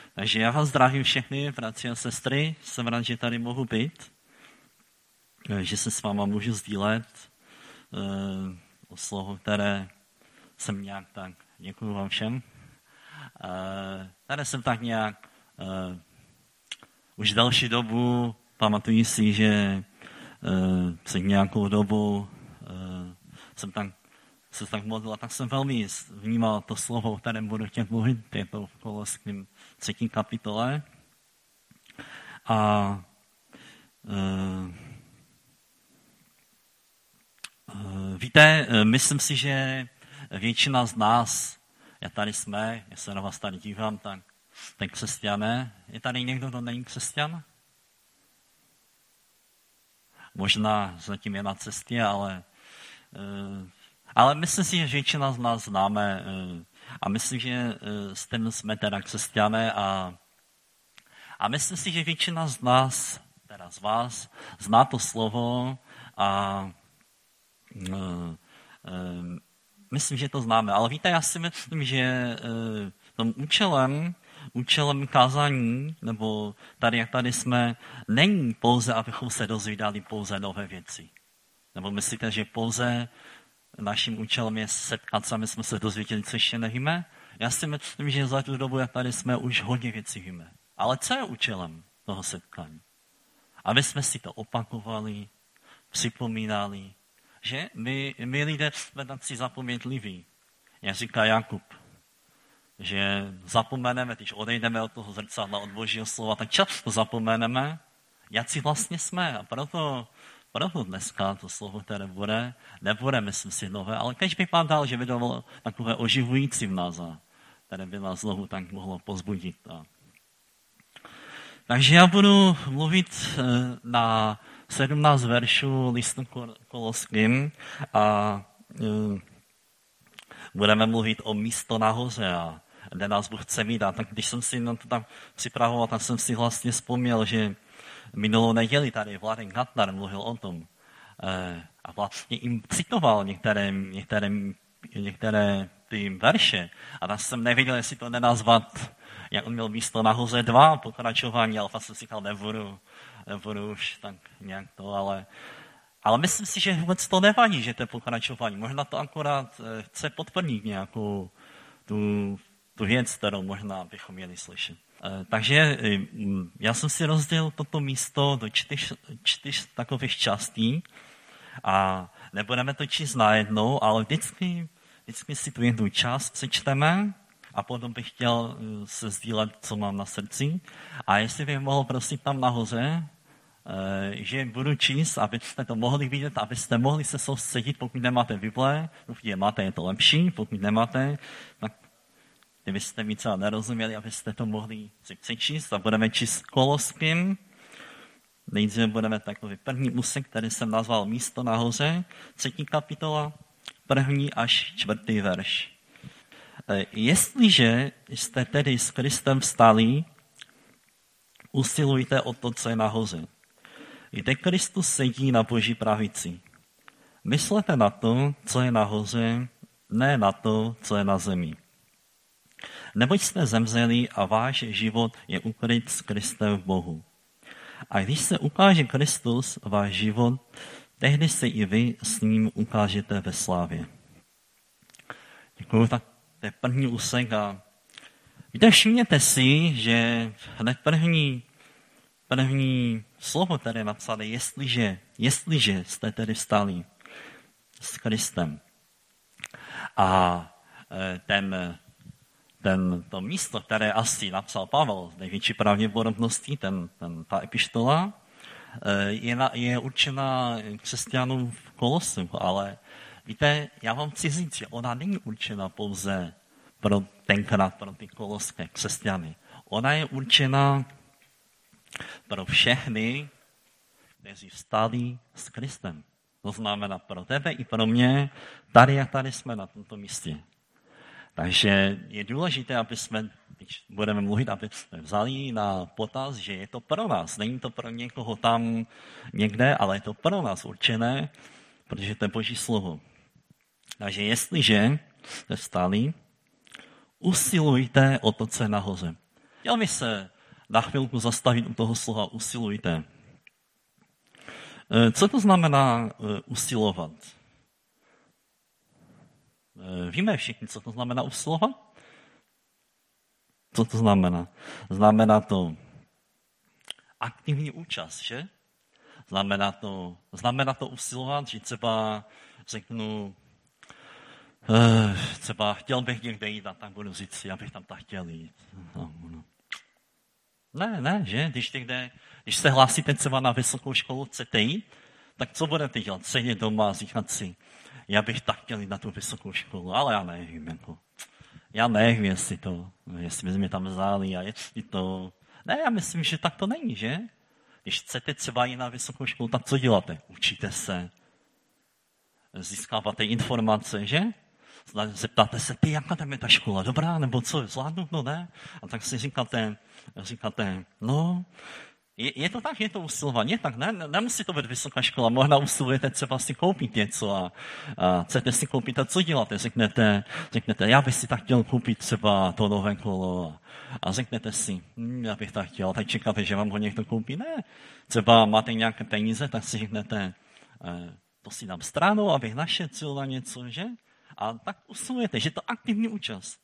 Takže já vás zdravím všechny, bratři a sestry. Jsem rád, že tady mohu být, že se s váma můžu sdílet o slovo, které jsem nějak tak, děkuju vám všem, tady jsem tak nějak už další dobu, pamatuji si, že před nějakou dobu jsem tak modlil, tak jsem velmi vnímal to slovo, o kterém budu chtět mluvit, je to v Koloským 3. kapitole. A víte, myslím si, že většina z nás, já tady jsme, já se na vás tady dívám, tak ten křesťané, je tady někdo, kdo není křesťan? Možná zatím je na cestě, ale myslím si, že většina z nás známe a myslím, že s tím jsme teda křesťané a myslím si, že většina z nás, teda z vás, zná to slovo a myslím, že to známe. Ale víte, já si myslím, že tím účelem kázání, nebo tady, jak tady jsme, není pouze, abychom se dozvídali pouze nové věci. Nebo myslíte, že pouze naším účelem je setkat se, my jsme se dozvěděli, co ještě nevíme? Já si myslím, že za tu dobu, jak tady jsme, už hodně věcí víme. Ale co je účelem toho setkání? Aby jsme si to opakovali, připomínali, že my lidé jsme tací zapomnětliví. Jak říká Jakub, že zapomeneme, když odejdeme od toho zrcadla, od Božího slova, tak často zapomeneme, jak si vlastně jsme. A proto dneska to slovo, které nebude, myslím si, nové, ale když bych vám dal, že by to bylo takové oživující v nás, které by nás znovu tak mohlo pozbudit. Takže já budu mluvit na 17 veršů listu Koloským a budeme mluvit o místo nahoře a kde nás Bůh chce mít. Tak když jsem si na to tam připravoval, tak jsem si vlastně vzpomněl, že minulou neděli tady Vladek Gatnar mluvil o tom a vlastně jim citoval některé ty verše a tak jsem nevěděl, jestli to nenazvat, jak on měl místo nahoře 2 pokračování, ale jsem si říkal, nebudu už tak nějak to, ale myslím si, že vůbec to nevadí, že to je pokračování. Možná to akorát chce potvrdit nějakou tu věc, kterou možná bychom měli slyšet. Takže já jsem si rozdělil toto místo do 4 takových částí a nebudeme to číst najednou, ale vždycky si tu jednu část přečteme a potom bych chtěl se sdílet, co mám na srdci. A jestli bych mohl prosit tam nahoře, že budu číst, abyste to mohli vidět, abyste mohli se soustředit, pokud nemáte Bible, pokud je máte, je to lepší, pokud nemáte, tak kdybyste mi třeba nerozuměli, abyste to mohli si přečíst a budeme číst Koloským. Nejdříve budeme takový první úsek, který jsem nazval Místo nahoře, 3. kapitola, 1. až 4. verš. Jestliže jste tedy s Kristem vstali, usilujte o to, co je nahoře, kde Kristus sedí na Boží pravici. Myslete na to, co je nahoře, ne na to, co je na zemi. Neboť jste zemřeli a váš život je ukryt s Kristem v Bohu. A když se ukáže Kristus, váš život, tehdy se i vy s ním ukážete ve slávě. Děkuju, tak to je první úsek a víte, všimněte si, že hned první slovo, které je napsané, jestliže jste tedy vstali s Kristem. A to místo, které asi napsal Pavel, z největší pravděpodobností, ta epištola, je určena křesťanům v Kolosu, ale víte, já vám chci říct, že ona není určena pouze pro ty koloské křesťany. Ona je určena pro všechny, kteří vstali s Kristem. To znamená pro tebe i pro mě, tady jak tady jsme na tomto místě. Takže je důležité, aby jsme, když budeme mluvit, aby jsme vzali na potaz, že je to pro nás. Není to pro někoho tam někde, ale je to pro nás určené, protože to je Boží slovo. Takže jestliže jste vstali, usilujte o to, co je nahoře. Chtěl bych se na chvilku zastavit u toho slova usilujte. Co to znamená usilovat? Víme všichni, co to znamená usilovat? Co to znamená? Znamená to aktivní účast, že? Znamená to usilovat, že třeba řeknu, třeba chtěl bych někde jít a tak budu říct si, já bych tam tak chtěl jít. Ne, že? Když se hlásíte třeba na vysokou školu, chcete jít, tak co budete dělat? Sedět doma a říkat si, já bych tak chtěl jít na tu vysokou školu, ale já nevím, jako. Já nevím, jestli by mě tam vzali a jestli to... Ne, já myslím, že tak to není, že? Když chcete třeba jít na vysokou školu, tak co děláte? Učíte se, získáváte informace, že? Zeptáte se, jaká tam je ta škola, dobrá, nebo co, zvládnu, no ne? A tak si říkáte, no, je to tak, je to usilování, tak nemusí to být vysoká škola, možná usilujete třeba si koupit něco a chcete si koupit a co děláte? Řeknete, já bych si tak chtěl koupit třeba to nové kolo a řeknete si, já bych tak chtěl, tak čekáte, že vám ho někdo koupí? Ne, třeba máte nějaké peníze, tak si řeknete, to si dám stranou, abych našetřil na něco, že? A tak usilujete, že to aktivní účast.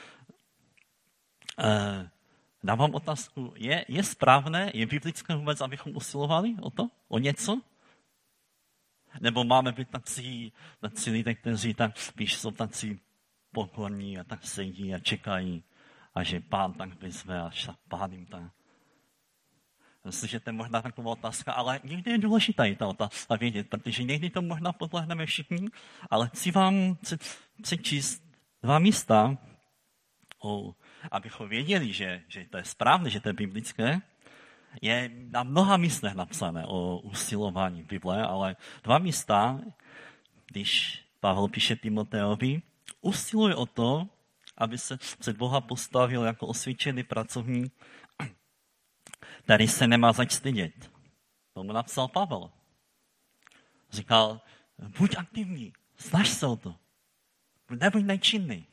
Dávám otázku, je správné, je biblické vůbec, abychom usilovali o to? O něco? Nebo máme být tací lidé, kteří tak spíš jsou tací pokorní a tak sedí a čekají a že Pán tak vyzve a Pán jim tak. Myslím, že to je možná taková otázka, ale někdy je důležitá i ta otázka vědět, protože někdy to možná podlehneme všichni, ale chci vám přečíst 2 místa, abychom věděli, že to je správné, že to je biblické. Je na mnoha místech napsané o usilování Bible, ale 2 místa, když Pavel píše Timoteovi, usiluje o to, aby se před Boha postavil jako osvědčený pracovník, který se nemá zač stydět. To mu napsal Pavel. Říkal, buď aktivní, snaž se o to. Nebuď nečinný.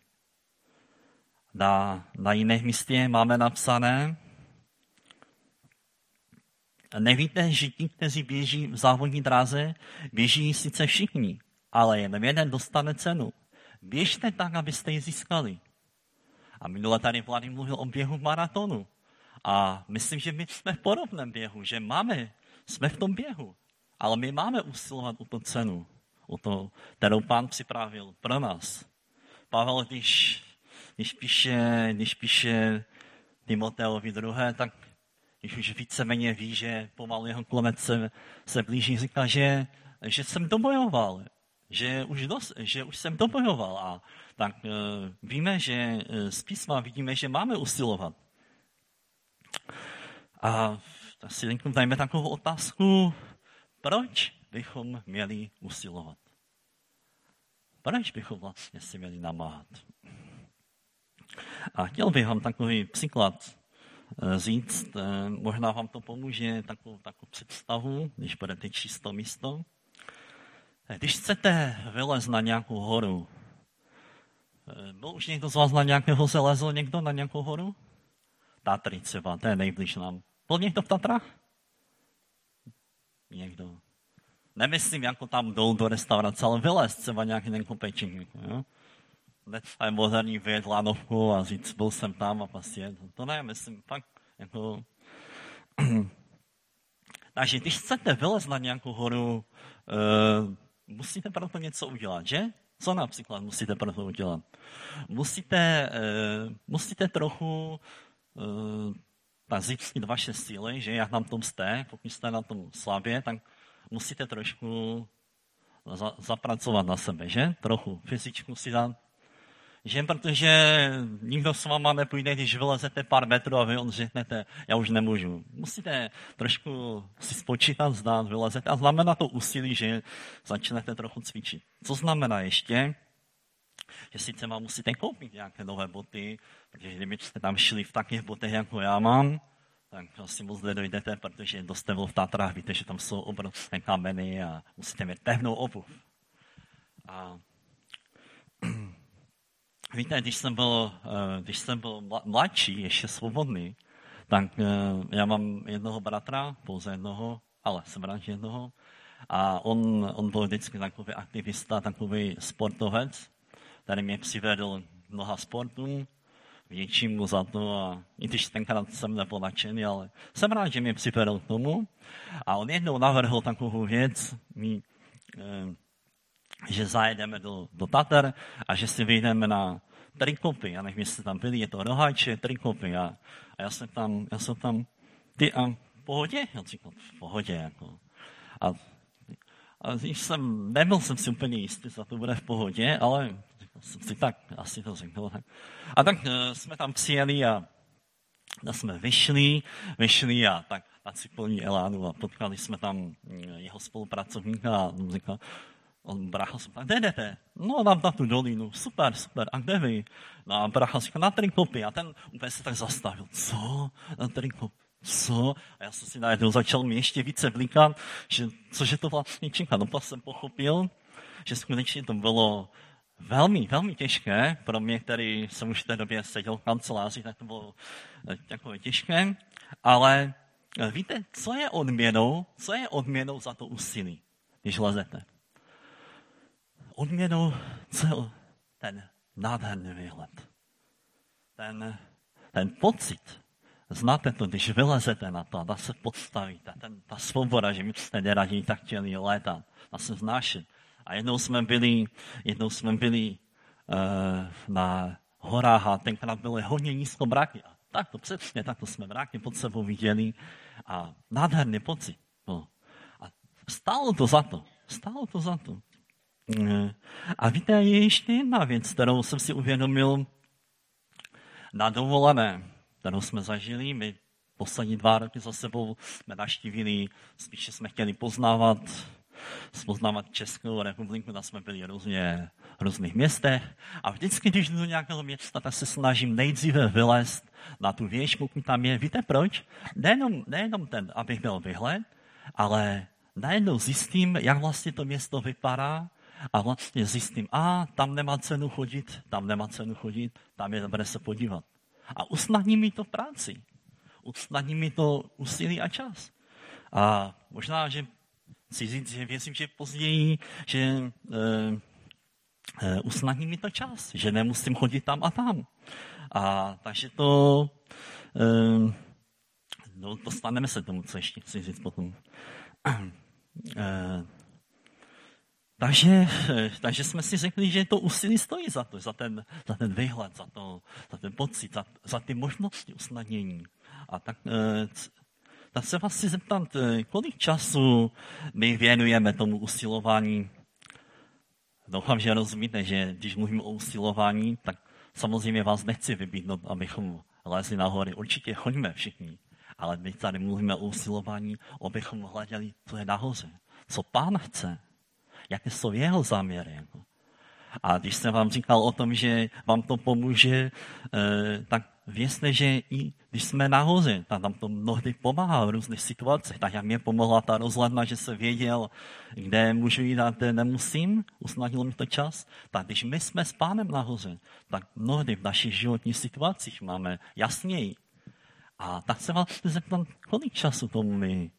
Na jiných místě máme napsané, nevíte, že ti, kteří běží v závodní dráze, běží sice všichni, ale jen jeden dostane cenu. Běžte tak, abyste ji získali. A minule tady Vladimír mluvil o běhu maratonu. A myslím, že my jsme v podobném běhu, že jsme v tom běhu, ale my máme usilovat o tu cenu, o to, kterou Pán připravil pro nás. Pavel, když píše Timoteovi 2., tak když už víceméně ví, že pomalu jeho konec se blíží, říká, že jsem dobojoval, že už jsem dobojoval. A tak víme, že z písma vidíme, že máme usilovat. A si dejme takovou otázku, proč bychom měli usilovat? Proč bychom vlastně si měli namáhat? A chtěl bych vám takový příklad říct, možná vám to pomůže takovou představu, když budete číst to místo. Když chcete vylézt na nějakou horu, byl už někdo z vás na nějaké hoře lezl někdo na nějakou horu? Tatry třeba, to je nejblíž nám. Byl někdo v Tatrách? Někdo. Nemyslím jako tam dolů do restaurace, ale vylézt třeba nějaký ten kopečník. A je moderní vyjet lanovku a říct, byl jsem tam a prostě. To ne, myslím, fakt jako... Takže když chcete vylézt na nějakou horu, musíte pro to něco udělat, že? Co například musíte pro to udělat? Musíte trochu zjistit vaše síly, že jak na tom jste, pokud jste na tom slabě, tak musíte trošku zapracovat na sebe, že? Trochu fyzičku si dát. Že? Protože nikdo s váma nepůjde, když vylezete pár metrů a vy on řeknete, já už nemůžu. Musíte trošku si spočítat, zdát, vylezete a znamená to úsilí, že začnete trochu cvičit. Co znamená ještě? Že sice vám musíte koupit nějaké nové boty, protože kdybyste tam šli v takových botech, jako já mám, tak asi moc nedojdete, protože kdo jste byl v Tatrách, víte, že tam jsou obrovské kameny a musíte mít pevnou obuv. Víte, když jsem byl mladší, ještě svobodný, tak já mám jednoho bratra, pouze jednoho, ale jsem rád, že jednoho. A on byl vždycky takový aktivista, takový sportovec, který mě přivedl mnoha sportům, vděčím mu za to, a i když tenkrát jsem nebyl nadšený, ale jsem rád, že mě přivedl k tomu. A on jednou navrhl takovou věc, že zajedeme do Tater a že si vyjdeme na Trikopy. Já nevím, jestli tam byli, je to Roháče, Trikopy. A já jsem tam, ty a v pohodě? Já říkal, v pohodě. Jako. A nebyl jsem si úplně jistý, za to bude v pohodě, ale jsem si tak, asi to řekl. A tak jsme tam přijeli a jsme vyšli a tak si plní elánu a potkali jsme tam jeho spolupracovníka a on říkal, brácha jsem tak, kde jdete? No, tam na tu dolinu, super, a kde vy? No a brácha říkal, na Trikopy a ten úplně se tak zastavil, co? Na Trikopy? Co? A já jsem si najednou začal mi ještě více blikat, že cože to vlastně čeká. No pak jsem pochopil, že skutečně to bylo velmi, velmi těžké. Pro mě, který jsem už v té době seděl v kanceláři, tak to bylo takové těžké. Ale víte, co je odměnou za to úsilí, když lezete? Odměnou ten nádherný výhled. Ten pocit. Znáte to, když vylezete na to a se postavíte, ta svoboda, že my jsme neradi tak chtěli létat a se vznášet. A jednou jsme byli na horách a tenkrát byly hodně nízko mraky. A tak to jsme mraky pod sebou viděli a nádherný pocit. No. A stálo to za to. A víte, je ještě jedna věc, kterou jsem si uvědomil na dovolené, kterou jsme zažili. My poslední 2 roky za sebou jsme navštívili, spíše jsme chtěli poznávat Českou republiku, tam jsme byli v různých městech. A vždycky, když jdu do nějakého města, tak se snažím nejdříve vylézt na tu věž, pokud tam je. Víte proč? Nejenom ten, abych měl výhled, ale najednou zjistím, jak vlastně to město vypadá, a vlastně zjistím, tam nemá cenu chodit, tam je dobré se podívat. A usnadní mi to práci. Usnadní mi to úsilí a čas. A možná, že chci říct, že věřím, že později, že usnadní mi to čas, že nemusím chodit tam a tam. A takže dostaneme se tomu, co ještě chci říct potom. Takže jsme si řekli, že to úsilí stojí za to, za ten výhled, za ten pocit, za ty možnosti usnadnění. A tak se vás chci zeptat, kolik času my věnujeme tomu usilování. Doufám, že rozumíte, že když mluvím o usilování, tak samozřejmě vás nechci vybídnout, abychom lezli na hory. Určitě choďme všichni, ale my tady mluvíme o usilování, abychom hleděli, co je nahoře, co Pán chce. Jaké jsou jeho záměry. A když jsem vám říkal o tom, že vám to pomůže, tak vězte, že i když jsme nahoře, tak nám to mnohdy pomáhá v různých situacích. Tak jak mě pomohla ta rozhledna, že se věděl, kde můžu jít a kde nemusím, usnadnilo mi to čas. Tak když my jsme s Pánem nahoře, tak mnohdy v našich životních situacích máme jasněji. A tak se vás zeptám, kolik času tomu my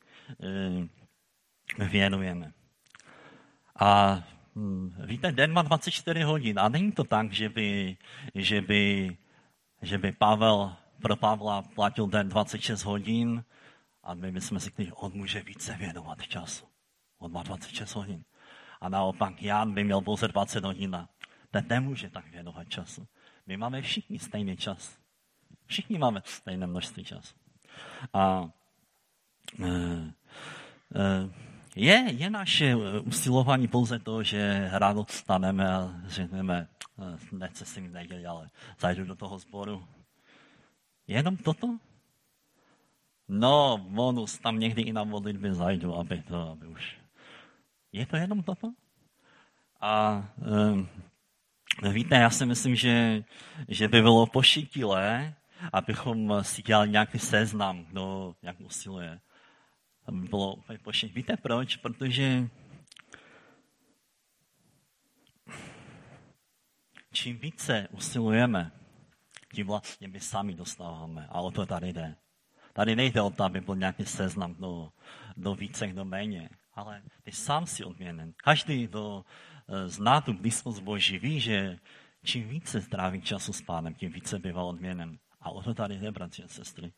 věnujeme. A víte, den má 24 hodin a není to tak, že by Pavel pro Pavla platil den 26 hodin a my bychom si řekli, on může více věnovat času. On má 26 hodin. A naopak Jan by měl pouze 20 hodin a ten nemůže tak věnovat času. My máme všichni stejný čas. Všichni máme stejné množství času. A je naše usilování pouze to, že ráno staneme a řekneme, nechce si mi neděli, ale zajdu do toho sboru. Jenom toto? No, bonus, tam někdy i na modlitbě zajdu, aby už. Je to jenom toto? A víte, já si myslím, že by bylo pošetilé, abychom si dělali nějaký seznam, kdo jak usiluje. To by bylo úplně pošetilé. Víte proč? Protože čím více usilujeme, tím vlastně my sami dostáváme. A o to tady jde. Tady nejde o to, aby byl nějaký seznam, kdo více, kdo méně. Ale ty sám si odměnen. Každý, kdo zná tu blízkost Boží, ví, že čím více stráví času s Pánem, tím více bývá odměnen. A o to tady jde, bratři a sestry.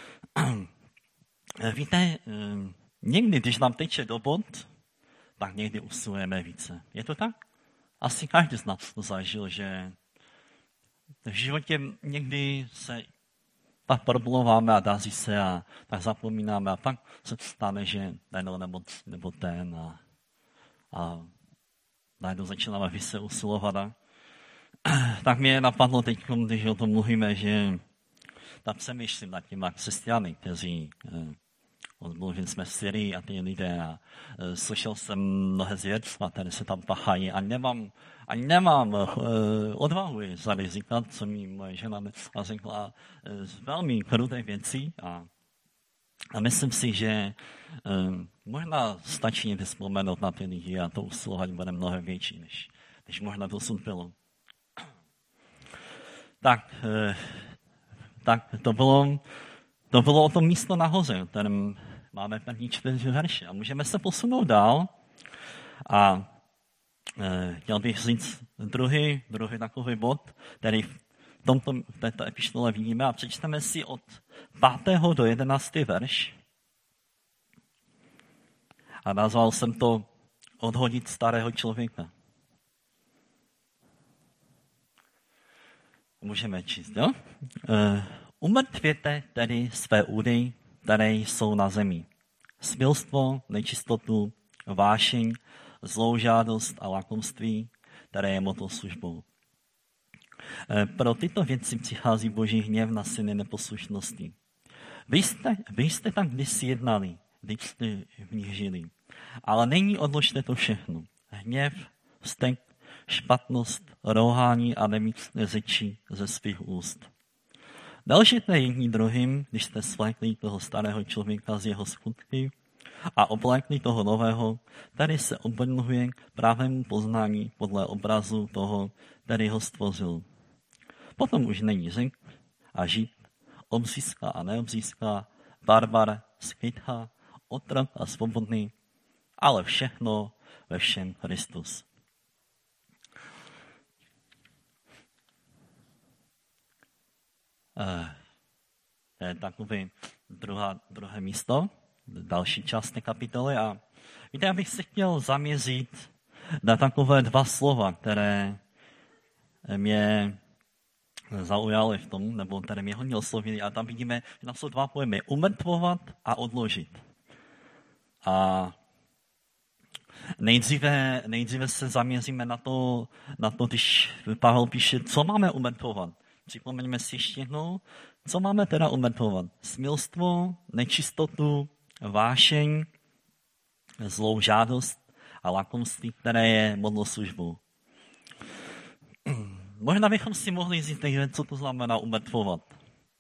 Víte, někdy, když nám teče do bod, tak někdy usilujeme více. Je to tak? Asi každý z nás to zažil, že v životě někdy se tak problováme a daří se a tak zapomínáme a pak se stane, že ten nebo ten a najednou začínáme více usilovat. Tak mě napadlo teď, když o tom mluvíme, že tam přemýšlím nad těma křesťany, kteří mluvili jsme v Syrii a ty lidé a slyšel jsem mnohé zvěrstva, které se tam pachají a nemám odvahu tady říkat, co mi moje žena řekla velmi kruté věci a myslím si, že možná stačí někde vzpomenout na ty lidi a to usilování bude mnohem větší, než možná dosud bylo. Tak to bylo o tom místo nahoře, kterém máme první 4 verše. A můžeme se posunout dál. A chtěl bych říct druhý takový bod, který v této epištole vidíme a přečteme si od 5. do 11. verš. A nazval jsem to Odhodit starého člověka. Můžeme číst, jo? Umrtvěte tedy své údy, které jsou na zemi. Smilstvo, nečistotu, vášeň, zlou žádost a lakomství, které je motou službou. Pro tyto věci přichází Boží hněv na syny neposlušnosti. Vy jste tak kdysi jednali, když jste v nich žili. Ale nyní odložte to všechno. Hněv, vztek, špatnost, rouhání a nemístné řeči ze svých úst. Nelžete jedni druhým, když jste svlékli toho starého člověka z jeho skutky a oblékli toho nového, který se obnovuje k pravému poznání podle obrazu toho, který ho stvořil. Potom už není Řek a Žid, obřízka a neobřízka, barbar, skytha, otrok a svobodný, ale všechno ve všem Kristus. To je takové druhé místo, další část té kapitoly. A víte, já bych se chtěl zaměřit na takové 2 slova, které mě zaujaly v tom, nebo které mě hodně oslovily. A tam vidíme, že tam jsou 2 pojmy. Umrtvovat a odložit. A nejdříve se zaměříme na to, když Pavel píše, co máme umrtvovat. Připomeňme si ještě jednou, co máme teda umrtvovat. Smilstvo, nečistotu, vášeň, zlou žádost a lakomství, které je modloslužbou. Možná bychom si mohli říct, co to znamená umrtvovat.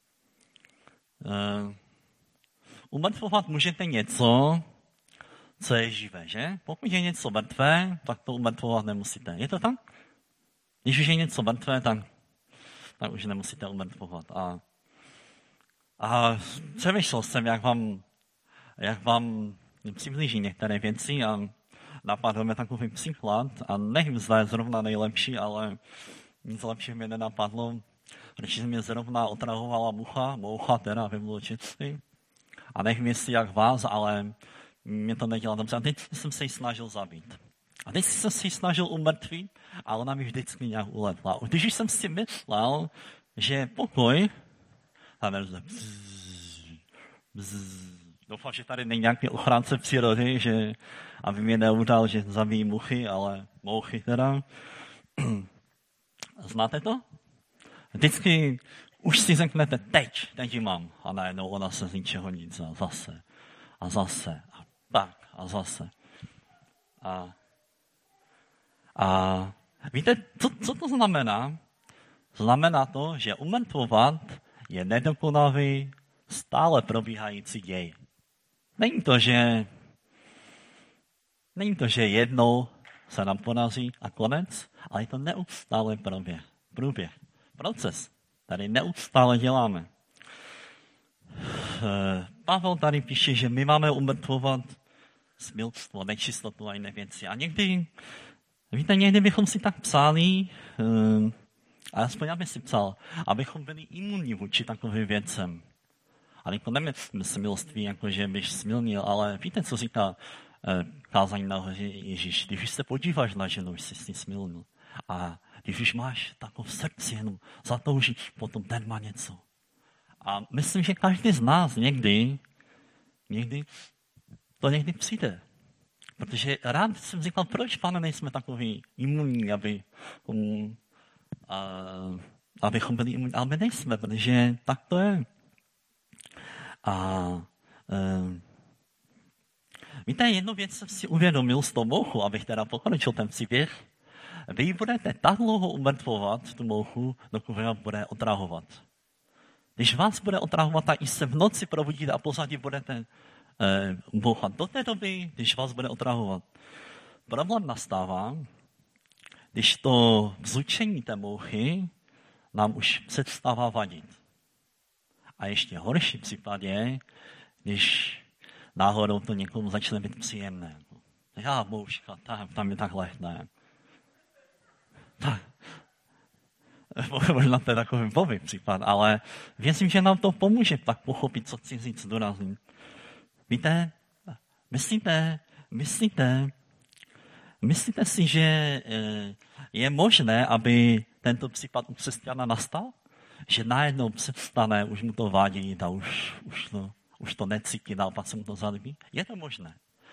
Umrtvovat můžete něco, co je živé, že? Pokud je něco mrtvé, tak to umrtvovat nemusíte. Je to tak? Když už je něco mrtvé, tak už nemusíte umrtvovat. A přemýšlel jsem, jak vám přiblíží některé věci a napadl mi takový příklad a nevím, zda je zrovna nejlepší, ale nic lepšího mě nenapadlo, protože mě zrovna otrahovala moucha teda ve mlučictví. A nevím, jestli jak vás, ale mě to nedělá dobře. A teď jsem se jí snažil zabít. A teď jsem se jí snažil umrtvit, a ona mi vždycky nějak uletla. Když jsem si myslel, že pokoj, a doufám, že tady není nějaký ochránce přírody, že aby mě neudal, že zabijí muchy, ale mouchy teda. Znáte to? Vždycky už si řeknete, teď ji mám. A najednou ona se z ničeho nic a zase. A zase. A tak. A zase. A víte, co to znamená? Znamená to, že umrtvovat je nedokonalý, stále probíhající děj. Není to, že jednou se nám podaří a konec, ale je to neustále průběh, proces, který neustále děláme. Pavel tady píše, že my máme umrtvovat smilstvo, nečistotu a jiné věci. A někdy bychom si tak psali, a aspoň já bych si psal, abychom byli imunní vůči takovým věcem. Ale to nemyslím smilství, jako že bych smilnil, ale víte, co říká kázání nahoře Ježíš? Když už se podíváš na ženu, už jsi s ní smilnil. A když už máš takové srdci, jenom zatouží, potom ten má něco. A myslím, že každý z nás někdy přijde. Protože rád jsem říkal, proč, Pane, nejsme takový imunní, abychom byli imunní. Ale my nejsme, protože tak to je. Víte, jednu věc jsem si uvědomil z toho mouchu, abych teda pokračil ten příběh. Vy budete tak dlouho umrtvovat tu mouchu, dokud vás bude otrahovat. Když vás bude otrahovat, tak i se v noci probudíte a pozadí budete bouchat do té doby, když vás bude otrahovat. Problém nastává, když to vzučení té mouchy nám už přestává vadit. A ještě horší případ je, když náhodou to někomu začne být příjemné. Já mouška, tam je tak lehné. Tak. Možná to je takový blbý případ, ale věřím, že nám to pomůže tak pochopit, co chci říct důrazně. Víte, myslíte si, že je možné, aby tento případ u křesťana nastal? Že najednou přestane, už mu to vadí a už to necítí, naopak se mu to zalíbí? Je to možné.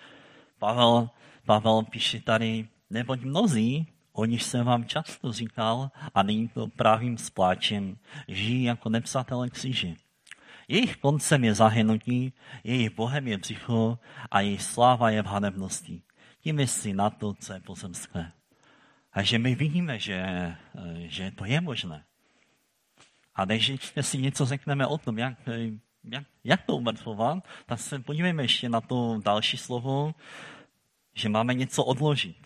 Pavel píše tady, neboť mnozí, o nich jsem vám často říkal a nyní to pravým s pláčem, žijí jako nepřátelé kříže. Jejich koncem je zahynutí, jejich bohem je břicho a jejich sláva je v hanebnosti. Tím myslí na to, co je pozemské. Takže my vidíme, že to je možné. A než si něco řekneme o tom, jak to umrtvovat, tak se podívejme ještě na to další slovo, že máme něco odložit.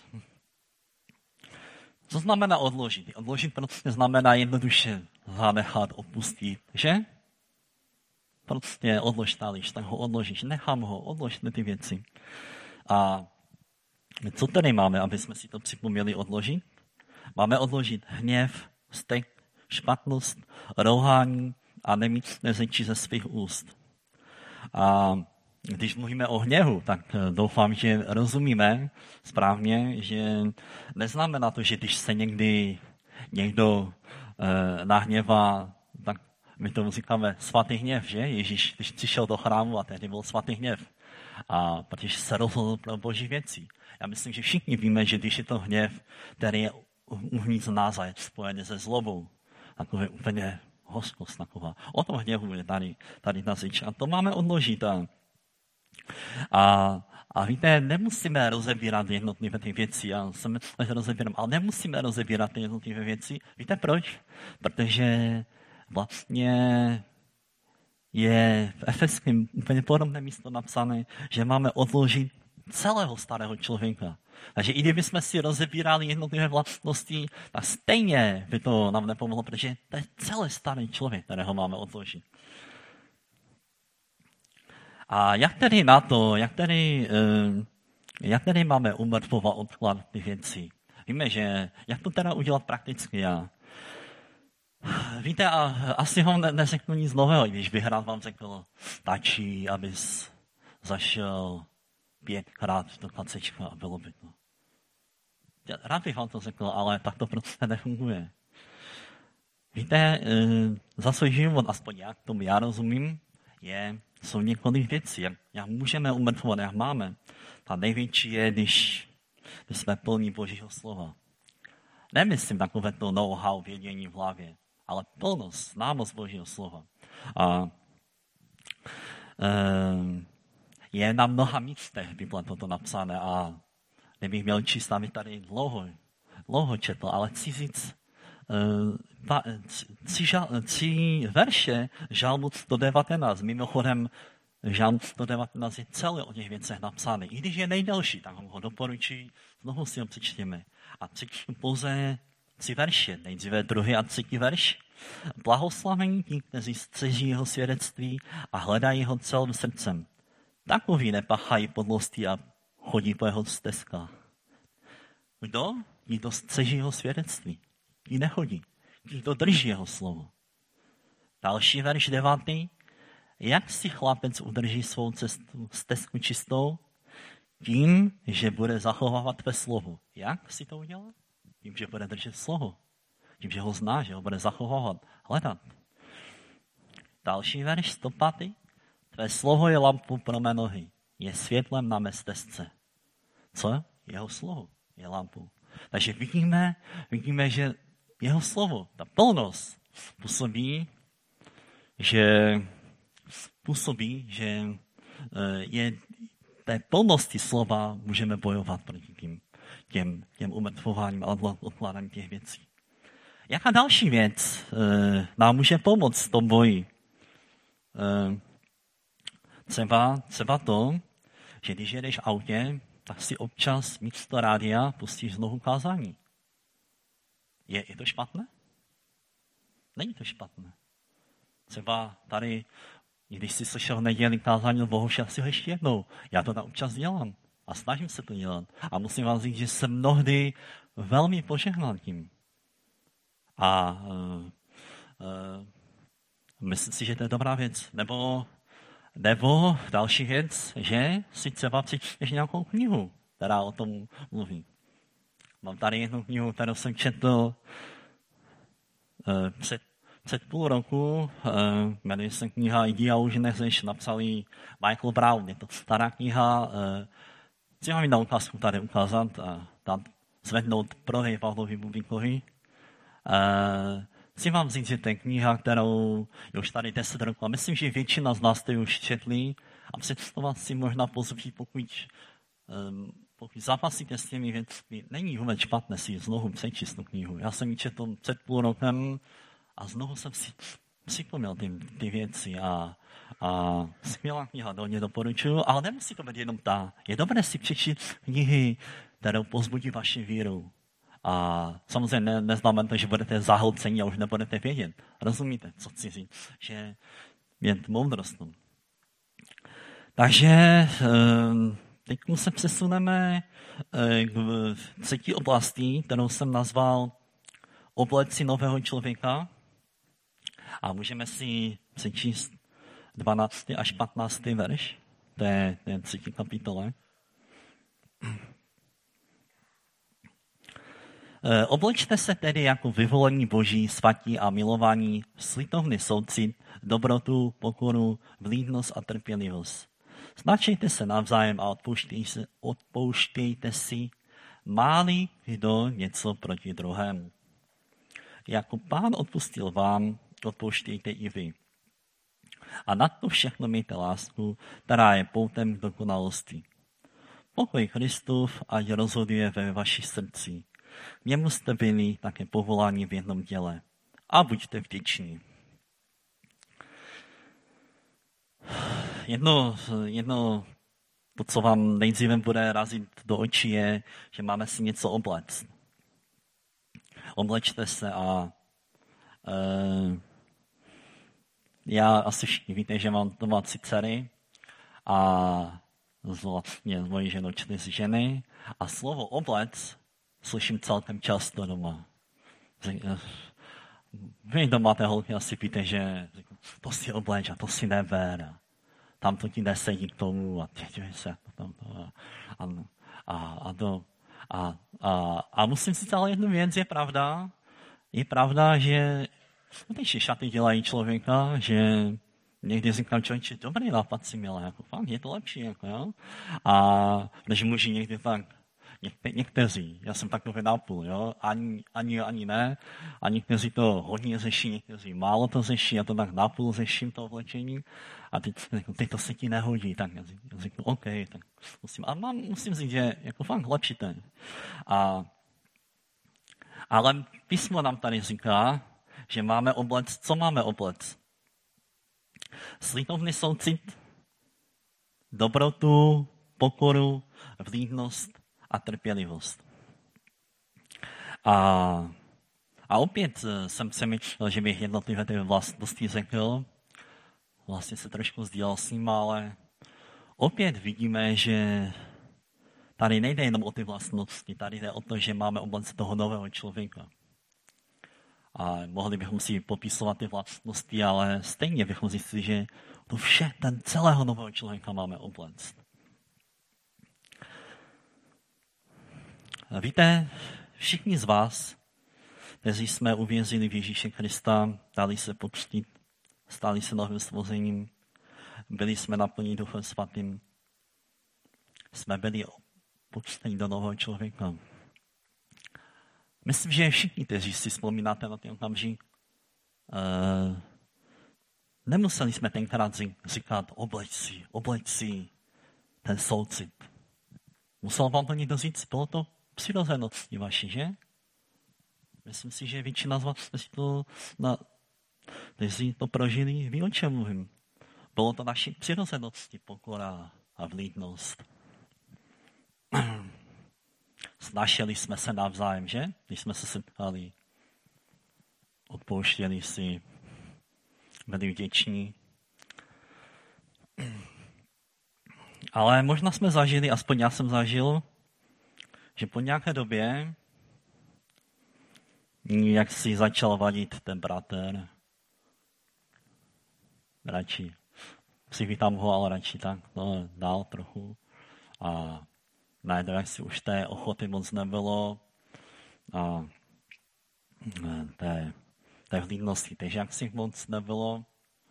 Co znamená odložit? Odložit prostě znamená jednoduše zanechat, opustit, že? Prostě odlož talíř, tak ho odložíš, nechám ho, odložte ty věci. A co tady máme, aby jsme si to připomněli odložit? Máme odložit hněv, vztek, špatnost, rouhání a nemístné řeči ze svých úst. A když mluvíme o hněvu, tak doufám, že rozumíme správně, že neznamená to, že když se někdo nahněvá, tak my tomu říkáme svatý hněv, že? Ježíš, když přišel do chrámu a tehdy byl svatý hněv. A protože se rozhodl pro boží věcí. Já myslím, že všichni víme, že když je to hněv, který je uvnitř nás a je spojený se zlobou, takové úplně hořkost taková. O tom hněvu je tady ta řeč. A to máme odložit. A víte, nemusíme rozebírat jednotlivé ty věci. Já jsem rozebírám, ale nemusíme rozebírat ty jednotlivé věci. Víte proč? Protože vlastně je v Efeském úplně podobné místo napsané, že máme odložit celého starého člověka. Takže i kdybychom si rozebírali jednotlivé vlastnosti, tak stejně by to nám nepomohlo, protože to je celý starý člověk, kterého máme odložit. A jak tedy na to, jak tedy máme umrtvovat, odkládat ty věci? Víme, že jak to teda udělat prakticky? Víte, a asi vám neřeknu nic nového, když bych rád vám řekl, stačí, abys zašel 5krát do kacečka a bylo by to. Rád bych vám to řekl, ale tak to prostě nefunguje. Víte, za svůj život, aspoň jak tomu já rozumím, jsou několik věcí, jak můžeme umrtvovat, jak máme. Ta největší je, když jsme plní Božího slova. Nemyslím takové to know-how, vědění v hlavě, ale plnost, známost Božího slova. A je na mnoha místech Bible toto napsané a kdybych měl číst, aby tady dlouho četl, ale chci říct 3 verše žalmu 119. Mimochodem Žalm 119 je celý o těch věcech napsaný. I když je nejdelší, tak ho doporučuji, znovu si ho přečtěme. A přečtu pouze 3 verše, nejdříve 2. a 3. verš. Blahoslavení ti, kteří střeží jeho svědectví a hledají ho celým srdcem. Takoví nepachají podlosti a chodí po jeho stezkách. Kdo? Ti, kdo střeží jeho svědectví. Ti nechodí. Ti, kdo drží jeho slovo. Další verš 9. Jak si chlapec udrží svou stezku čistou? Tím, že bude zachovávat tvé slovo. Jak si to udělá? Tím, že bude držet slovo. Tím, že ho zná, že ho bude zachovávat, hledat. Další verš 105. Tvé slovo je lampou pro mé nohy. Je světlem na mé stezce. Co? Jeho slovo je lampou. Takže vidíme, že jeho slovo, ta plnost, působí, že je té plnosti slova můžeme bojovat proti těm umrtvováním a odkládáním těch věcí. Jaká další věc nám může pomoct v tom boji? Třeba to, že když jedeš v autě, tak si občas místo rádia pustíš znovu kázání. Je to špatné? Není to špatné. Třeba tady, když jsi slyšel v neděli kázání od Bohuše, si ho ještě jednou. Já to občas dělám a snažím se to dělat. A musím vám říct, že jsem mnohdy velmi požehnal tím. A myslím si, že to je dobrá věc. Nebo další věc, že si třeba přečteš nějakou knihu, která o tom mluví. Mám tady jednu knihu, kterou jsem četl před půl roku, jmenuje se kniha Jdi a už nechceš, napsal ji Michael Brown. Je to stará kniha, chci vám ji na ukázku tady ukázat a tam zvednout prodej Pavlovi Bubíkovi. Chci vám říct, že to je kniha, kterou je už tady 10 roků a myslím, že většina z nás jste už četli a představovat si možná později, pokud zápasíte s těmi věcmi, není vůbec špatné si znovu přečíst tu knihu. Já jsem ji četl před půl rokem a znovu jsem si připomněl ty věci a skvělá kniha, hodně doporučuju, ale nemusí to být jenom ta. Je dobré si přečíst knihy, které pozbudí vaši víru. A samozřejmě neznamená to, že budete zahlcení a už nebudete vědět. Rozumíte, co chci říct? Že je moudrost. Takže teď se přesuneme k třetí oblasti, kterou jsem nazval obleci nového člověka. A můžeme si přečíst 12. až 15. verš té třetí kapitole. Oblečte se tedy jako vyvolení Boží, svatí a milovaní, slitovný soucit, dobrotu, pokoru, vlídnost a trpělivost. Značejte se navzájem a odpouštějte si, má-li kdo něco proti druhému. Jako Pán odpustil vám, odpouštějte i vy. A nad to všechno mějte lásku, která je poutem k dokonalosti. Pokoj Kristův ať rozhoduje ve vašich srdcích. K němu jste byli také povoláni v jednom těle. A buďte vděční. Jedno, to, co vám nejdříve bude razit do očí, je, že máme si něco obléct. Oblečte se a já asi všichni víte, že mám doma 3 dcery a vlastně s mojí ženou 4 ženy a slovo oblec slyším celkem často doma. Vy doma té holky asi víte, že to si obleč a to si neber a tam to ti nesedí k tomu a těďuje se a musím si ale jednu věc, je pravda, že skutečně šaty dělají člověka, že někdy říkám člověče, dobrý nápad si měla, jako fakt, je to lepší, jako jo. A než muži někdy tak, někteří, já jsem takový nápůl, jo, ani ne, a někteří to hodně řeší, někteří málo to řeší, já to tak nápůl řeším, to oblečení, a teď to se ti nehodí, tak já řeknu, OK, tak musím říct, že jako fakt lepší ten. Ale písmo nám tady říká, že máme oblec, co máme oblec? Slitovný soucit, dobrotu, pokoru, vlídnost a trpělivost. A opět jsem přemýšlel, že bych jednotlivé ty vlastnosti řekl. Vlastně se trošku sdílel s ním, ale opět vidíme, že tady nejde jenom o ty vlastnosti, tady jde o to, že máme oblast toho nového člověka. A mohli bychom si popisovat ty vlastnosti, ale stejně bychom zjistili, že to vše, ten celého nového člověka máme oblast. Víte, všichni z vás, kteří jsme uvěřili v Ježíše Krista, dali se pokřtít, stali se novým stvořením, byli jsme naplněni Duchem Svatým, jsme byli pokřtěni do nového člověka. Myslím, že všichni, kteří si vzpomínáte na ten okamžik, nemuseli jsme tenkrát říkat, obleč si ten soucit. Musel vám to někdo říct, bylo to přirozeností vaši, že? Myslím si, že většina z vás, kteří to prožili, ví, o čem mluvím. Bylo to naší přirozenosti, pokora a vlídnost. Snašili jsme se navzájem, že? Když jsme se setkali, odpouštěli si, byli vděční. Ale možná jsme zažili, aspoň já jsem zažil, že po nějaké době jak si začal vadit ten bratr. Radši přivítám ho, ale radši tak dál trochu. A najednou jak si už té ochoty moc nebylo. A té vlídnosti tež jak si moc nebylo.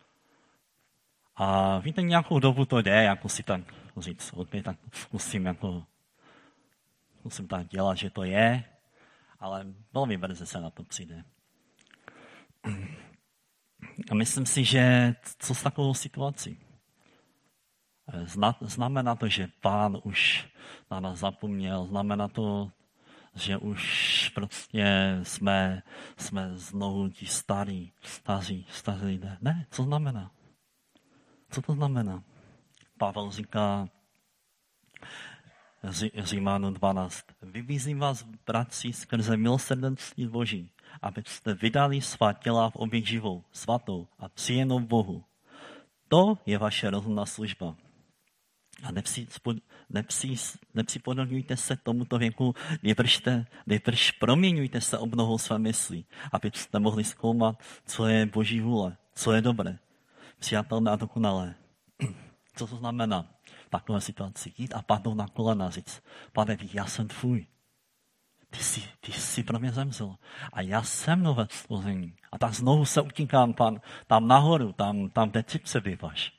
A víte, nějakou dobu to jde, jako si tak říct, okay, tak musím tak dělat, že to je, ale velmi brzy se na to přijde. A myslím si, že co s takovou situací? Znamená to, že Pán už na nás zapomněl, znamená to, že už prostě jsme znovu ti staří lidé. Ne, co znamená? Co to znamená? Pavel říká Římanům 12. Vybízím vás, bratři, skrze milosrdenství Boží, abyste vydali svá těla v oběť živou, svatou a příjemnou Bohu. To je vaše rozumná služba. A nepřipodobňujte se tomuto věku, nejbrž proměňujte se obnovou své mysli, abyste mohli zkoumat, co je Boží vůle, co je dobré, přijatelné a dokonalé. Co to znamená v takové situaci? Jít a padnout na kolena, říct, Pane, já jsem tvůj. Ty jsi pro mě zemřel. A já jsem nové stvoření. A tak znovu se utíkám tam nahoru, tam kde ty přebýváš.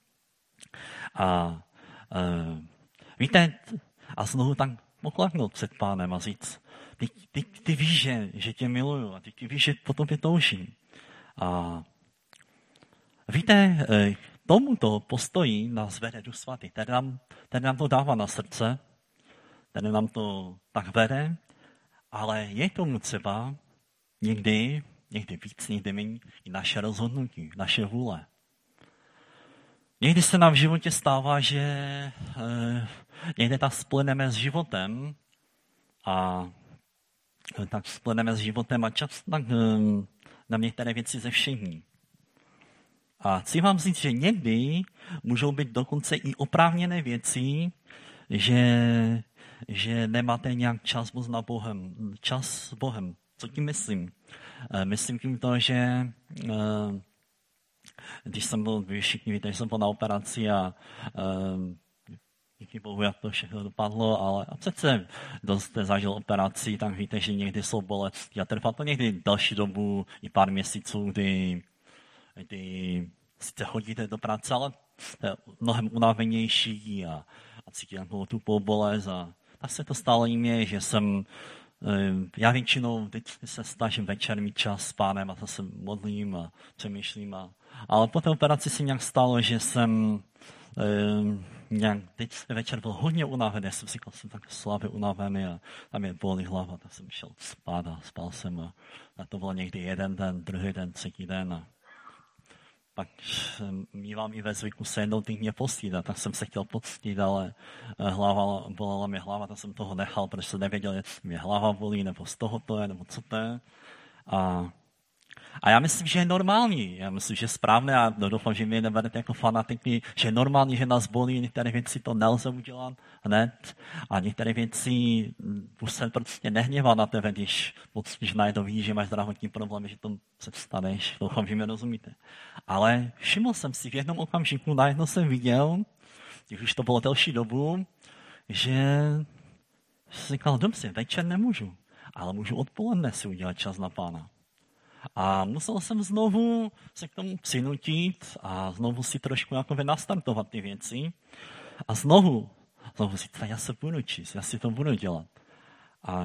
A víte, a znovu tak pokleknout před Pánem a říct, ty víš, že tě miluju a ty víš, že po tobě toužím. A víte, tomuto postoji nás vede Duch Svatý. Ten nám to dává na srdce, ten nám to tak vede, ale je tomu třeba někdy víc, někdy méně i naše rozhodnutí, naše vůle. Někdy se nám v životě stává, že někde tak splyneme s životem a často tak na některé věci zevšední. A chci vám říct, že někdy můžou být dokonce i oprávněné věci, že nemáte nějak čas s Bohem. Co tím myslím? Myslím tím to, že když jsem byl, všichni víte, že jsem byl na operaci a díky Bohu, jak to všechno dopadlo, ale a přece dost zažil operaci, tak víte, že někdy jsou bolesti a trvá to někdy další dobu, i pár měsíců, kdy sice chodíte do práce, ale jste mnohem unavenější a cítíte takovou tupou bolest a tak se to stále jim že já většinou teď se snažím večer mít čas s Pánem a to se modlím a přemýšlím. Ale po té operaci se nějak stalo, že jsem teď večer byl hodně unavený, jsem říkal, jsem tak slabě unavený a tam je bolí hlava, tak jsem šel spát a spal jsem a to bylo někdy jeden den, druhý den, třetí den a pak mívám i ve zvyku se jednou týdně postídat, tak jsem se chtěl postídat, ale bolela mě hlava, tak jsem toho nechal, protože jsem nevěděl, jestli mě hlava bolí, nebo z toho to je, nebo co to je. A já myslím, že je normální, já myslím, že je správné a doufám, že mě neberete jako fanatiky, že je normální, že nás bolí, některé věci to nelze udělat hned a některé věci se prostě nehněvá na tebe, když najednou víš, že máš zdravotní problémy, že to se staneš, doufám, že mě rozumíte. Ale všiml jsem si v jednom okamžiku, najednou jsem viděl, když už to bylo delší dobu, že jsem říkal, dobře, večer nemůžu, ale můžu odpoledne si udělat čas na Pána. A musel jsem znovu se k tomu přinutit a znovu si trošku jakoby nastartovat ty věci. A znovu si já se budu číst, já si to budu dělat. A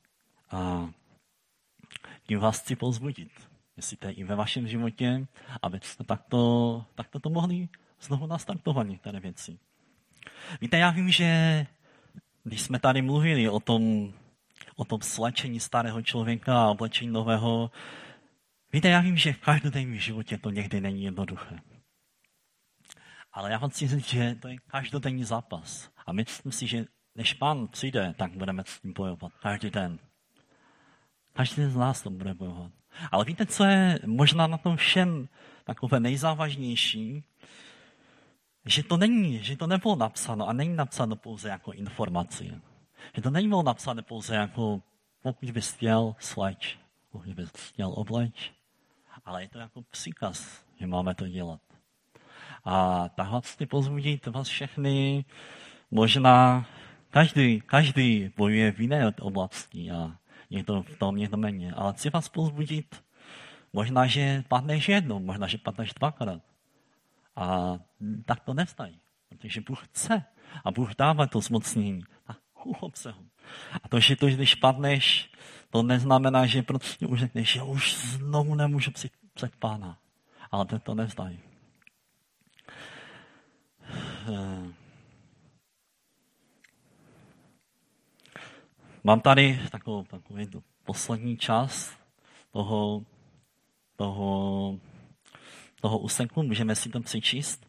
tím vás chci povzbudit, jestli to je i ve vašem životě, abyste takto to mohli znovu nastartovat některé věci. Víte, já vím, že když jsme tady mluvili o tom slečení starého člověka a oblečení nového, víte, já vím, že v každodenním životě to někdy není jednoduché. Ale já vám chci říct, že to je každodenní zápas. A myslím si, že než Pán přijde, tak budeme s tím bojovat. Každý den. Každý z nás to bude bojovat. Ale víte, co je možná na tom všem takové nejzávažnější? Že to nebylo napsáno a není napsáno pouze jako informace. Že to nebylo napsáno pouze jako pokud bys chtěl sleč, pokud bys chtěl obleč, ale je to jako příkaz, že máme to dělat. A tak chci povzbudit vás všechny, možná každý bojuje v jiné oblasti a někdo v tom, někdo méně, ale chci vás povzbudit, možná, že padneš jednou, možná, že padneš dvakrát. A tak to nevstaj, protože Bůh chce a Bůh dává to zmocnění a uchop se ho. A to, že když padneš, to neznamená, že prostě už řekneš, že už znovu nemůžu před Pána. Ale to nevzdají. Mám tady takový poslední čas toho úseku, můžeme si to přečíst.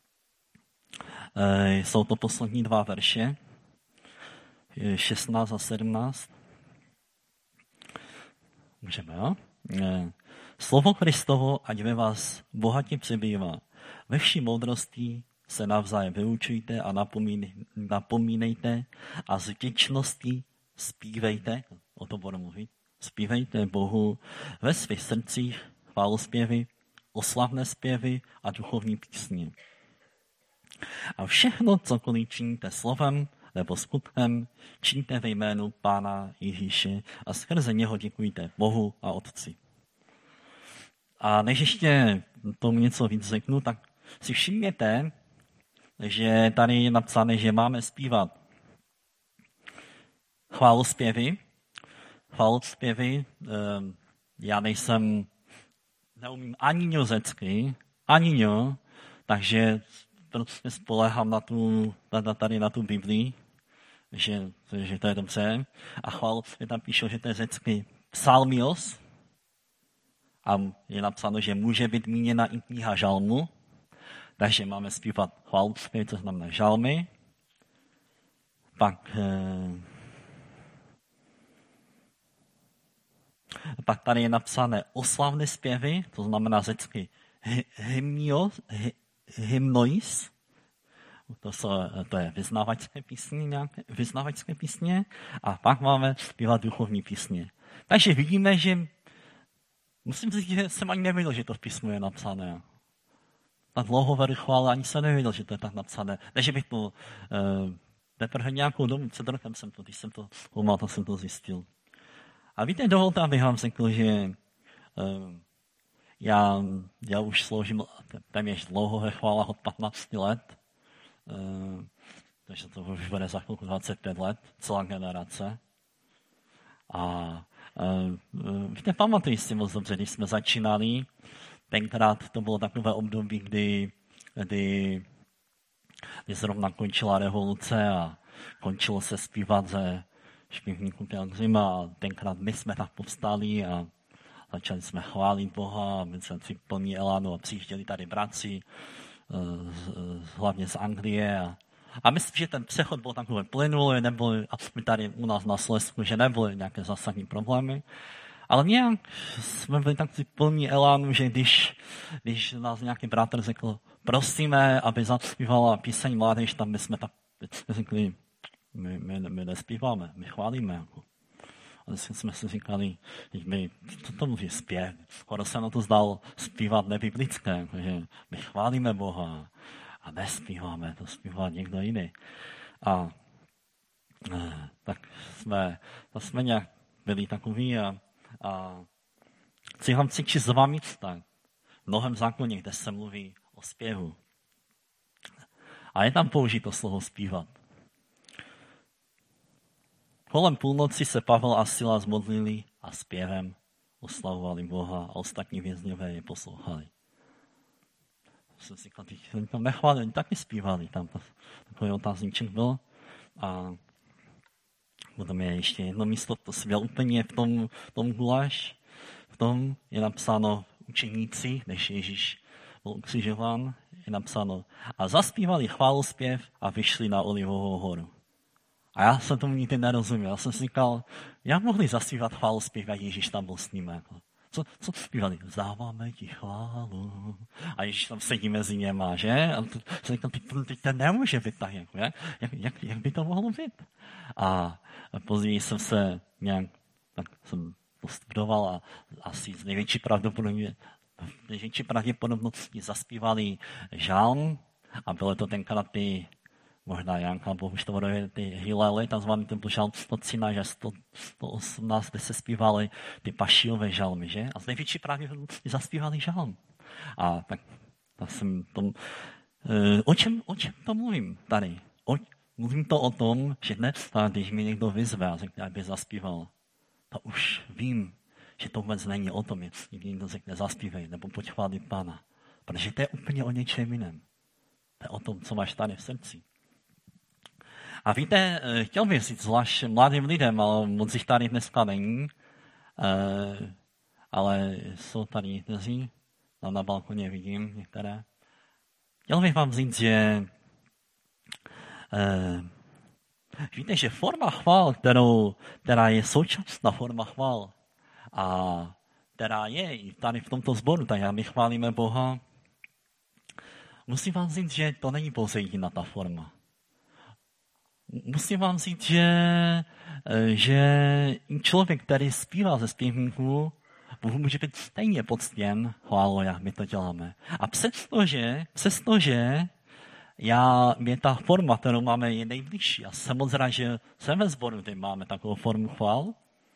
Jsou to poslední 2 verše, 16 a 17. Můžeme, jo? Slovo Kristovo, ať ve vás bohatě přebývá. Ve vší moudrosti se navzájem vyučujte a napomínejte a z vděčnosti zpívejte, o tom budu mluvit, zpívejte Bohu ve svých srdcích chválospěvy, oslavné zpěvy a duchovní písně. A všechno, cokoliv činíte slovem nebo skutkem, činíte ve jménu Pána Ježíše a skrze něho děkujte Bohu a Otci. A než ještě tomu něco víc řeknu, tak si všimněte, že tady je napsané, že máme zpívat chválospěvy. Já neumím ani nězecky, ani ňo, takže prostě spolehám na tu Biblii, že to je dobře. A chválospěv tam píšou, že to je řecky psalmios. A je napsáno, že může být míněna i kniha žalmu. Takže máme zpívat chválospěv, to znamená žalmy. Pak tady je napsané oslavné zpěvy, to znamená řecky hymnois, to je vyznavačské písně, a pak máme zpívat duchovní písně. Takže vidíme, že musím říct, že jsem ani nevěděl, že to v písmu je napsané. Tak dlouho veru chvále, ani jsem nevěděl, že to je tak napsané. Takže bych to teprve nějakou dobu před rokem když jsem to zkoumal, tak jsem to zjistil. A víte, dovolte, abych vám řekl, že já už sloužím téměř dlouho ve chválách od 15 let, takže to už bude za chvilku 25 let, celá generace. A víte, pamatuji si moc dobře, když jsme začínali, tenkrát to bylo takové období, kdy zrovna končila revoluce a končilo se zpívat ze špivníku Pilgrima a tenkrát my jsme tak povstali a začali jsme chválit Boha, my jsme si plní elánu a přijížděli tady bratři, hlavně z Anglie. A myslím, že ten přechod byl takový plynulý, nebyly, a my tady u nás na Slezsku, že nebyly nějaké zásadní problémy. Ale nějak jsme byli tak plní elánu, že když nás nějaký bratr řekl, prosíme, aby zaspívala píseň mládež, tam bychom tak řekli, my nespíváme, my chválíme. Jako. A jsme si říkali, co to může zpět? Skoro se na to zdal zpívat nebiblické, jako, že my chválíme Boha a nespíváme, to zpívá někdo jiný. A tak jsme nějak byli takový a chci vám přečíst dva místa v Novém zákoně, kde se mluví o zpěvu. A je tam použito slovo zpívat. Kolem půlnoci se Pavel a Sila zmodlili a zpěvem oslavovali Boha a ostatní vězňové je poslouchali. Jsem si říkal, oni tam nechválili, oni taky zpívali. Tam takový otázníček byl. A potom je ještě jedno místo, to si byl úplně v tom guláš. V tom je napsáno učeníci, než Ježíš byl ukřižován, je napsáno a zaspívali chválospěv a vyšli na Olivovou horu. A já jsem tomu nikdy nerozuměl. Já jsem si říkal, jak mohli zaspívat chválospěv a Ježíš tam byl s nimi. Co zpívali? Vzdáváme ti chválu. A Ježíš tam sedí mezi něma, že? A jsem říkal, teď to nemůže být tak, jako, jak by to mohlo být? A později jsem se nějak, tak jsem postudoval a asi z největší pravděpodobností zaspívali žálm a bylo to tenkrát ty možná Janka Bohuštovodové, ty Hilely, takzvaný ten žalm 113 až 118, kde se zpívaly ty pašijové žalmy, že? A z největší pravděpodobností zaspívali žalm. A tak jsem tom, o čem to mluvím tady? Mluvím to o tom, že dnes, když mi někdo vyzve a řekne, aby zaspíval, to už vím, že to vůbec není o tom, jestli někdo řekne zaspívej, nebo pojď chválit Pána. Protože to je úplně o něčem jiném. To je o tom, co máš tady v srdci. A víte, chtěl bych říct zvlášť mladým lidem, ale moc jich tady dneska není, ale jsou tady někteří, tam na balkoně vidím některé. Chtěl bych vám říct, že víte, že forma chvál, která je současná forma chvál a která je i tady v tomto sboru, tak my chválíme Boha, musím vám říct, že to není pouze jediná ta forma. Musím vám říct, že člověk, který zpívá ze zpěvníků, může být stejně poctěn chválou, jak my to děláme. A přestože je ta forma, kterou máme, je nejbližší. Já jsem moc rád, že jsem ve sboru, kde máme takovou formu chvál.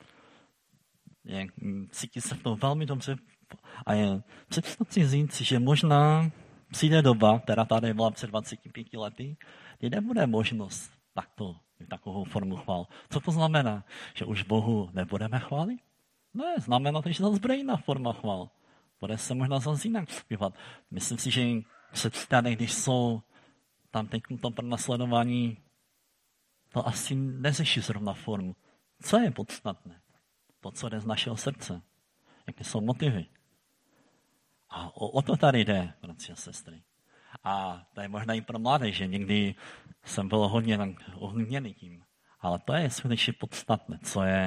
Cítí se v tom velmi dobře. A přesto chci říct, že možná přijde doba, která tady byla před 25 lety, kdy nebude možnost takovou formu chvál. Co to znamená? Že už Bohu nebudeme chválit? Ne, znamená to, že to bude jiná forma chvál. Bude se možná zase jinak zpívat. Myslím si, že křesťané, když jsou tam teď to pronásledování, to asi neřeší zrovna formu. Co je podstatné? To, co jde z našeho srdce. Jaké jsou motivy. A o to tady jde, bratři a sestry. A to je možná i pro mladé, že někdy jsem byl hodně ohluměný tím. Ale to je skutečně podstatné,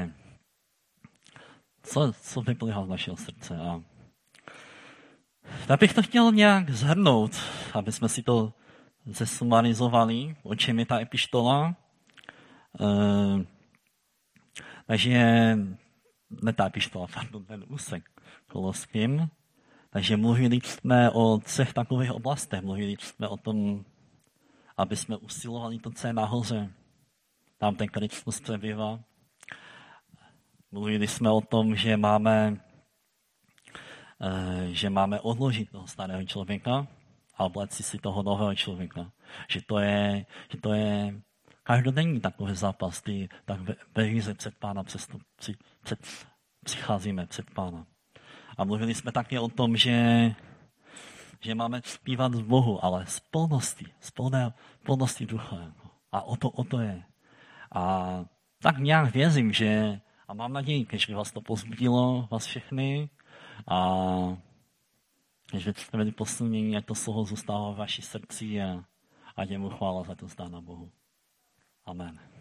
co vyplývá z našeho srdce. A tak bych to chtěl nějak shrnout, aby jsme si to zesumarizovali, o čem je ta epištola. Takže, ne ta epištola, pardon, ten úsek Koloským. Takže mluvili jsme o 3 takových oblastech. Mluvili jsme o tom, aby jsme usilovali to, co je nahoře. Tam ten Kristus přebývá. Mluvili jsme o tom, že máme odložit toho starého člověka a obléci si toho nového člověka. Že to je každodenní takový zápas, kdy tak ve víře před Pána přicházíme před Pána. A mluvili jsme také o tom, že máme zpívat v Bohu, ale z plnosti ducha. A o to je. A tak nějak věřím, že A mám naději, že vás to povzbudilo, vás všechny, a že jste byli posilnění, ať to slovo zůstává v vaší srdci a ať je mu chvála za to zdána Bohu. Amen.